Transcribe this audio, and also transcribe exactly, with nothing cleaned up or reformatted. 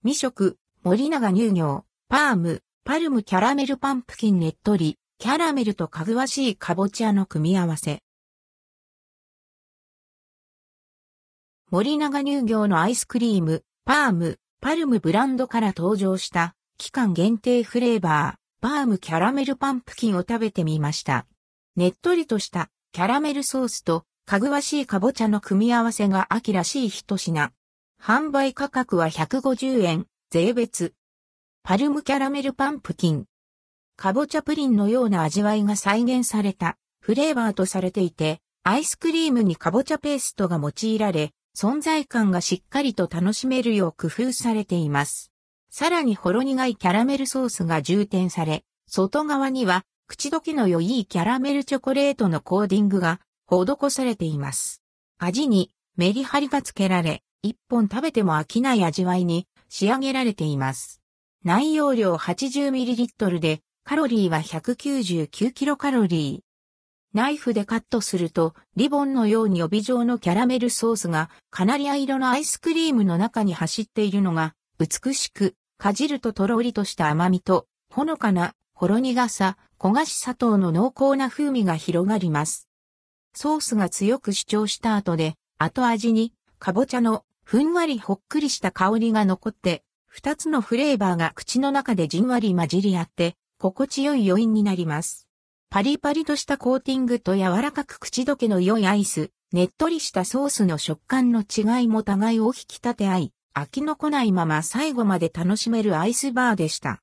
未食、森永乳業、パーム、パルムキャラメルパンプキンねっとり、キャラメルとかぐわしいかぼちゃの組み合わせ。森永乳業のアイスクリーム、パーム、パルムブランドから登場した期間限定フレーバー、パームキャラメルパンプキンを食べてみました。ねっとりとしたキャラメルソースとかぐわしいかぼちゃの組み合わせが秋らしい一品。販売価格はひゃくごじゅうえん、税別。パルムキャラメルパンプキン。かぼちゃプリンのような味わいが再現されたフレーバーとされていて、アイスクリームにかぼちゃペーストが用いられ、存在感がしっかりと楽しめるよう工夫されています。さらにほろ苦いキャラメルソースが充填され、外側には口どけの良いキャラメルチョコレートのコーティングが施されています。味にメリハリがつけられ、一本食べても飽きない味わいに仕上げられています。内容量 はちじゅうミリリットル で、カロリーはひゃくきゅうじゅうきゅうキロカロリー。ナイフでカットすると、リボンのように帯状のキャラメルソースがカナリア色のアイスクリームの中に走っているのが美しく、かじるととろりとした甘みと、ほのかなほろ苦さ、焦がし砂糖の濃厚な風味が広がります。ソースが強く主張した後で、後味にかぼちゃのふんわりほっくりした香りが残って、二つのフレーバーが口の中でじんわり混じり合って、心地よい余韻になります。パリパリとしたコーティングと柔らかく口どけの良いアイス、ねっとりしたソースの食感の違いも互いを引き立て合い、飽きのこないまま最後まで楽しめるアイスバーでした。